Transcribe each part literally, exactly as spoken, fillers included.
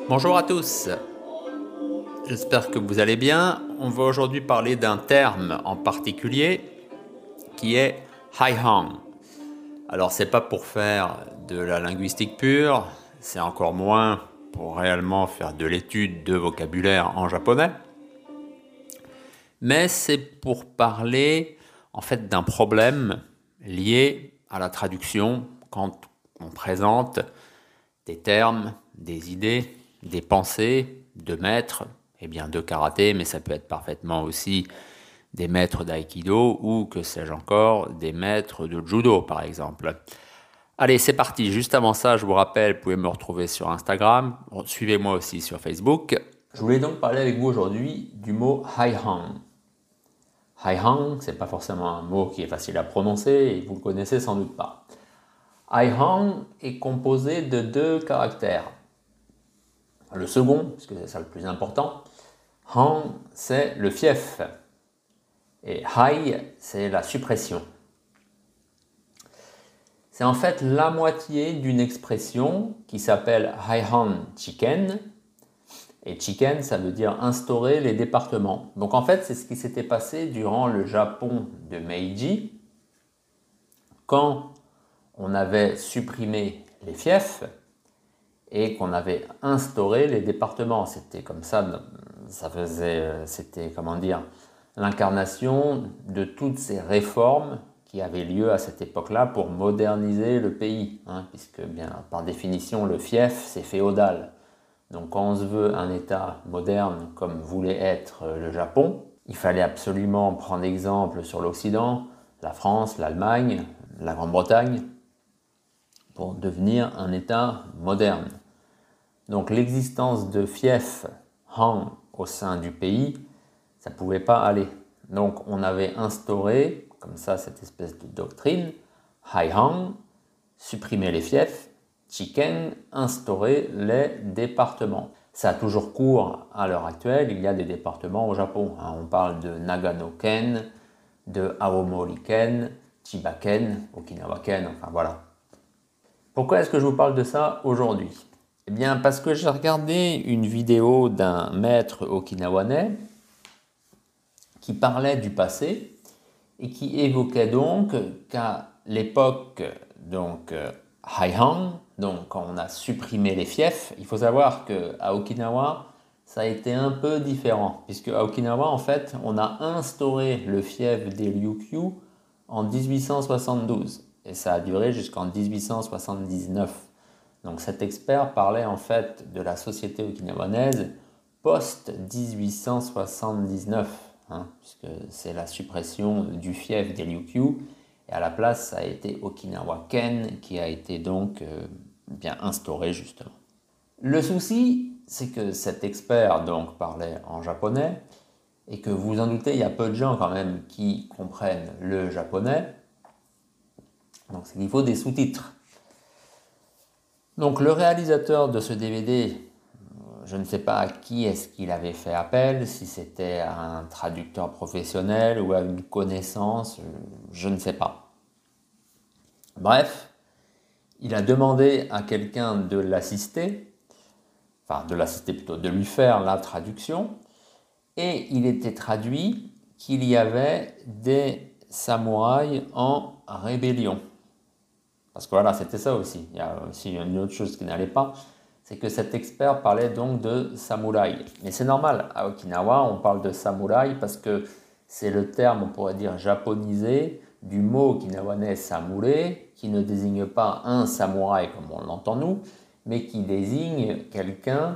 Bonjour à tous, j'espère que vous allez bien. On va aujourd'hui parler d'un terme en particulier qui est Haihang. Alors c'est pas pour faire de la linguistique pure, c'est encore moins pour réellement faire de l'étude de vocabulaire en japonais, mais c'est pour parler en fait d'un problème lié à la traduction quand on présente des termes, des idées, des pensées de maîtres, et bien de karaté, mais ça peut être parfaitement aussi des maîtres d'aïkido ou, que sais-je encore, des maîtres de judo par exemple. Allez, c'est parti. Juste avant ça, je vous rappelle, vous pouvez me retrouver sur Instagram, suivez-moi aussi sur Facebook. Je voulais donc parler avec vous aujourd'hui du mot Haihang. Haihang, c'est pas forcément un mot qui est facile à prononcer et vous le connaissez sans doute pas. Haihang est composé de deux caractères. Le second, parce que c'est ça le plus important, hang, c'est le fief. Et hai, c'est la suppression. C'est en fait la moitié d'une expression qui s'appelle Haihan Chiken. Et Chiken, ça veut dire instaurer les départements. Donc en fait, c'est ce qui s'était passé durant le Japon de Meiji, quand on avait supprimé les fiefs et qu'on avait instauré les départements. C'était comme ça, ça faisait, c'était comment dire, l'incarnation de toutes ces réformes qui avaient lieu à cette époque-là pour moderniser le pays, hein, puisque bien par définition le fief c'est féodal. Donc quand on se veut un État moderne comme voulait être le Japon, il fallait absolument prendre exemple sur l'Occident, la France, l'Allemagne, la Grande-Bretagne, pour devenir un État moderne. Donc l'existence de fief, hang, au sein du pays, ça ne pouvait pas aller. Donc on avait instauré, comme ça, cette espèce de doctrine, Haihang, supprimer les fiefs, Chiken, instaurer les départements. Ça a toujours cours à l'heure actuelle, il y a des départements au Japon. On parle de Nagano-ken, de Aomori-ken, Chiba-ken, Okinawa-ken, enfin voilà. Pourquoi est-ce que je vous parle de ça aujourd'hui ? Eh bien parce que j'ai regardé une vidéo d'un maître okinawanais qui parlait du passé et qui évoquait donc qu'à l'époque donc Haihang, donc quand on a supprimé les fiefs, il faut savoir qu'à Okinawa ça a été un peu différent, puisque à Okinawa en fait on a instauré le fief des Ryukyu en dix-huit cent soixante-douze et ça a duré jusqu'en dix-huit cent soixante-dix-neuf. Donc cet expert parlait en fait de la société okinawanaise post dix-huit cent soixante-dix-neuf, hein, puisque c'est la suppression du fief des Ryukyu, et à la place ça a été Okinawa-ken qui a été donc euh, bien instauré justement. Le souci, c'est que cet expert donc parlait en japonais, et que vous en doutez, il y a peu de gens quand même qui comprennent le japonais, donc c'est qu'il faut des sous-titres. Donc le réalisateur de ce D V D, je ne sais pas à qui est-ce qu'il avait fait appel, si c'était à un traducteur professionnel ou à une connaissance, je ne sais pas. Bref, il a demandé à quelqu'un de l'assister, enfin de l'assister plutôt, de lui faire la traduction, et il était traduit qu'il y avait des samouraïs en rébellion. Parce que voilà, c'était ça aussi. Il y a aussi une autre chose qui n'allait pas, c'est que cet expert parlait donc de samouraï. Mais c'est normal, à Okinawa, on parle de samouraï parce que c'est le terme, on pourrait dire, japonisé du mot okinawanais samouré, qui ne désigne pas un samouraï comme on l'entend nous, mais qui désigne quelqu'un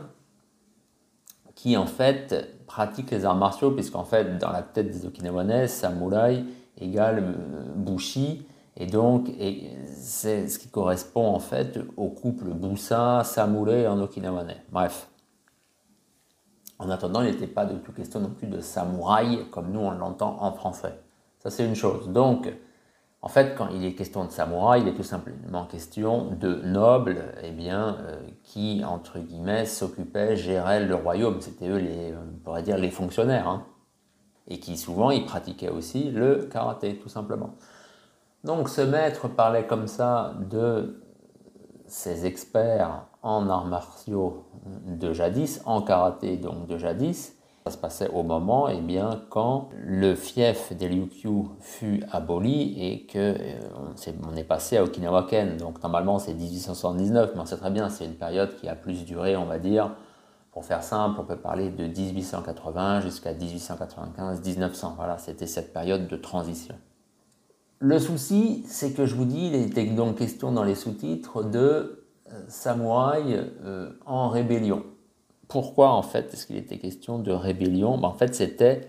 qui en fait pratique les arts martiaux, puisqu'en fait, dans la tête des okinawanais, samouraï égale bushi. Et donc, et c'est ce qui correspond en fait au couple busa-samouré en okinawanais. Bref. En attendant, il n'était pas de tout question non plus de samouraï comme nous on l'entend en français. Ça c'est une chose. Donc, en fait, quand il est question de samouraï, il est tout simplement question de nobles, eh bien, euh, qui, entre guillemets, s'occupaient, géraient le royaume. C'était eux, les, on pourrait dire, les fonctionnaires. Hein. Et qui, souvent, ils pratiquaient aussi le karaté, tout simplement. Donc ce maître parlait comme ça de ces experts en arts martiaux de jadis, en karaté donc de jadis, ça se passait au moment eh bien, quand le fief des Ryukyu fut aboli et qu'on euh, on est passé à Okinawa-ken. Donc normalement c'est dix-huit cent soixante-dix-neuf, mais on sait très bien, c'est une période qui a plus duré, on va dire. Pour faire simple, on peut parler de dix-huit cent quatre-vingts jusqu'à dix-huit cent quatre-vingt-quinze mille neuf cents. Voilà, c'était cette période de transition. Le souci, c'est que je vous dis, il était donc question dans les sous-titres de euh, samouraï euh, en rébellion. Pourquoi en fait est-ce qu'il était question de rébellion? Ben, en fait, c'était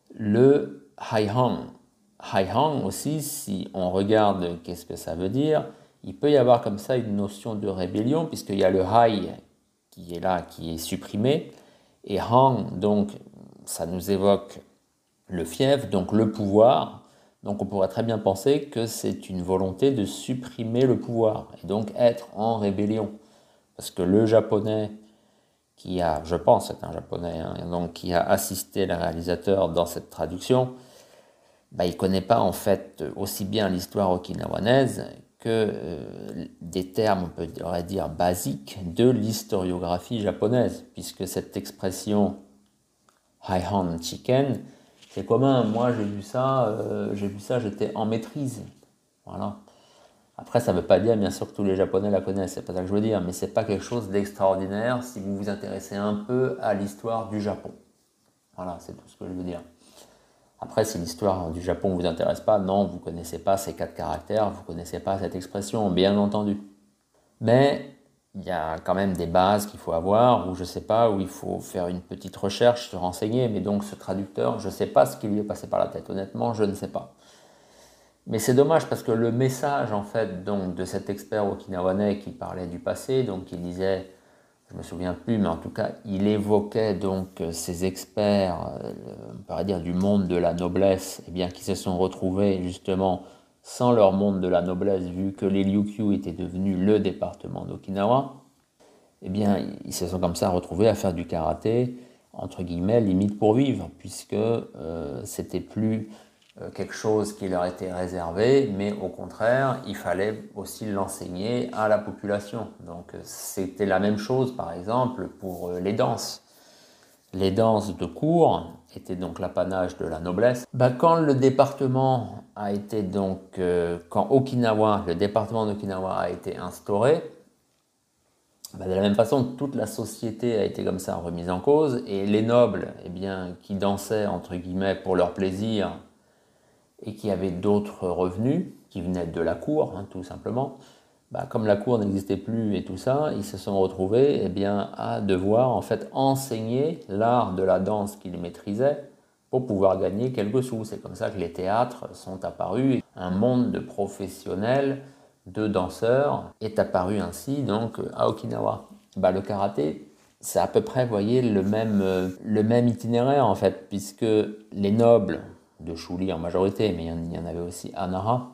le Haihang. Haihang aussi, si on regarde qu'est-ce que ça veut dire, il peut y avoir comme ça une notion de rébellion, puisqu'il y a le Hai qui est là, qui est supprimé, et Hang, donc ça nous évoque le fief, donc le pouvoir. Donc on pourrait très bien penser que c'est une volonté de supprimer le pouvoir, et donc être en rébellion. Parce que le japonais qui a, je pense, c'est un japonais, hein, donc qui a assisté le réalisateur dans cette traduction, bah, il ne connaît pas en fait aussi bien l'histoire okinawanaise que euh, des termes, on pourrait dire, basiques de l'historiographie japonaise, puisque cette expression Haihan Chicken, c'est commun. Moi, j'ai vu ça, euh, j'ai vu ça, j'étais en maîtrise. Voilà. Après, ça ne veut pas dire, bien sûr, que tous les Japonais la connaissent, c'est pas ça que je veux dire, mais c'est pas quelque chose d'extraordinaire si vous vous intéressez un peu à l'histoire du Japon. Voilà, c'est tout ce que je veux dire. Après, si l'histoire du Japon ne vous intéresse pas, non, vous ne connaissez pas ces quatre caractères, vous ne connaissez pas cette expression, bien entendu. Mais il y a quand même des bases qu'il faut avoir, ou je ne sais pas, où il faut faire une petite recherche, se renseigner, mais donc ce traducteur, je ne sais pas ce qui lui est passé par la tête, honnêtement, je ne sais pas. Mais c'est dommage parce que le message en fait donc de cet expert okinawanais qui parlait du passé, donc qui disait, je me souviens plus, mais en tout cas il évoquait donc ces experts, on pourrait dire du monde de la noblesse, eh bien qui se sont retrouvés justement sans leur monde de la noblesse vu que les Ryukyu étaient devenus le département d'Okinawa. Eh bien ils se sont comme ça retrouvés à faire du karaté entre guillemets limite pour vivre puisque euh, c'était plus quelque chose qui leur était réservé, mais au contraire, il fallait aussi l'enseigner à la population. Donc c'était la même chose, par exemple, pour les danses. Les danses de cour étaient donc l'apanage de la noblesse. Bah, quand le département a été donc, euh, quand Okinawa, le département d'Okinawa a été instauré, bah, de la même façon, toute la société a été comme ça remise en cause, et les nobles, eh bien, qui dansaient entre guillemets pour leur plaisir, et qui avaient d'autres revenus, qui venaient de la cour, hein, tout simplement, bah, comme la cour n'existait plus et tout ça, ils se sont retrouvés eh bien, à devoir en fait enseigner l'art de la danse qu'ils maîtrisaient pour pouvoir gagner quelques sous. C'est comme ça que les théâtres sont apparus. Un monde de professionnels, de danseurs est apparu ainsi donc à Okinawa. Bah, le karaté, c'est à peu près, vous voyez, le même, euh, le même itinéraire en fait, puisque les nobles de Shuri en majorité, mais il y en avait aussi à Nara,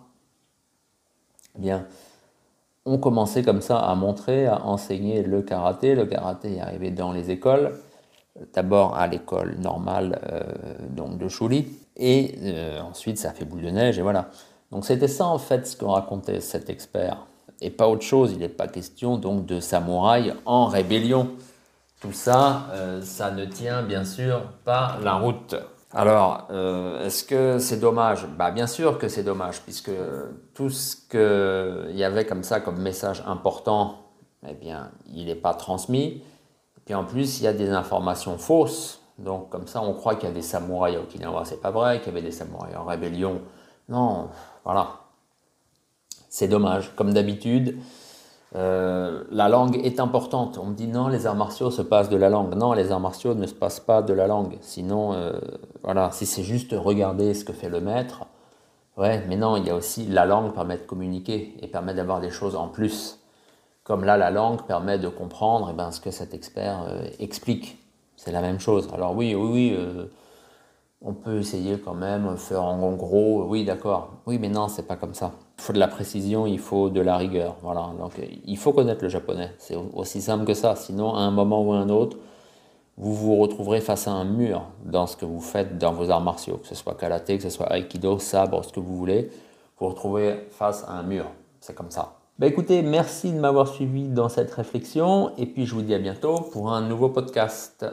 eh bien, on commençait comme ça à montrer, à enseigner le karaté. Le karaté est arrivé dans les écoles, d'abord à l'école normale euh, donc de Shuri, et euh, ensuite ça a fait boule de neige, et voilà. Donc c'était ça en fait ce que racontait cet expert, et pas autre chose. Il n'est pas question donc de samouraï en rébellion. Tout ça, euh, ça ne tient bien sûr pas la route. Alors, euh, est-ce que c'est dommage? Bah, bien sûr que c'est dommage, puisque tout ce qu'il y avait comme ça, comme message important, eh bien, il n'est pas transmis. Et puis en plus, il y a des informations fausses. Donc, comme ça, on croit qu'il y a des samouraïs à Okinawa, c'est pas vrai, qu'il y avait des samouraïs en rébellion. Non, voilà. C'est dommage, comme d'habitude. Euh, la langue est importante. On me dit non, les arts martiaux se passent de la langue. Non, les arts martiaux ne se passent pas de la langue. Sinon, euh, voilà, si c'est juste regarder ce que fait le maître, ouais, mais non, il y a aussi la langue permet de communiquer et permet d'avoir des choses en plus. Comme là, la langue permet de comprendre eh ben, ce que cet expert euh, explique. C'est la même chose. Alors oui, oui, oui, euh, on peut essayer quand même, faire en gros, oui, d'accord. Oui, mais non, c'est pas comme ça. Il faut de la précision, il faut de la rigueur. Voilà. Donc, il faut connaître le japonais. C'est aussi simple que ça. Sinon, à un moment ou à un autre, vous vous retrouverez face à un mur dans ce que vous faites dans vos arts martiaux. Que ce soit karaté, que ce soit aikido, sabre, ce que vous voulez. Vous vous retrouvez face à un mur. C'est comme ça. Bah écoutez, merci de m'avoir suivi dans cette réflexion et puis je vous dis à bientôt pour un nouveau podcast.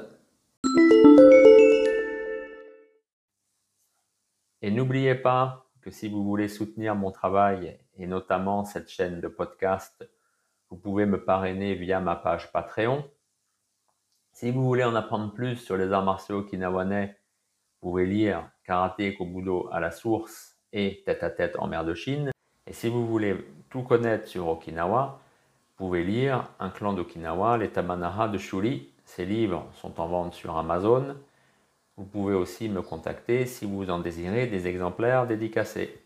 Et n'oubliez pas que si vous voulez soutenir mon travail et notamment cette chaîne de podcast, vous pouvez me parrainer via ma page Patreon. Si vous voulez en apprendre plus sur les arts martiaux okinawanais, vous pouvez lire Karaté Kobudo à la source et Tête à tête en mer de Chine. Et si vous voulez tout connaître sur Okinawa, vous pouvez lire Un clan d'Okinawa, les Tamanaha de Shuri. Ces livres sont en vente sur Amazon. Vous pouvez aussi me contacter si vous en désirez des exemplaires dédicacés.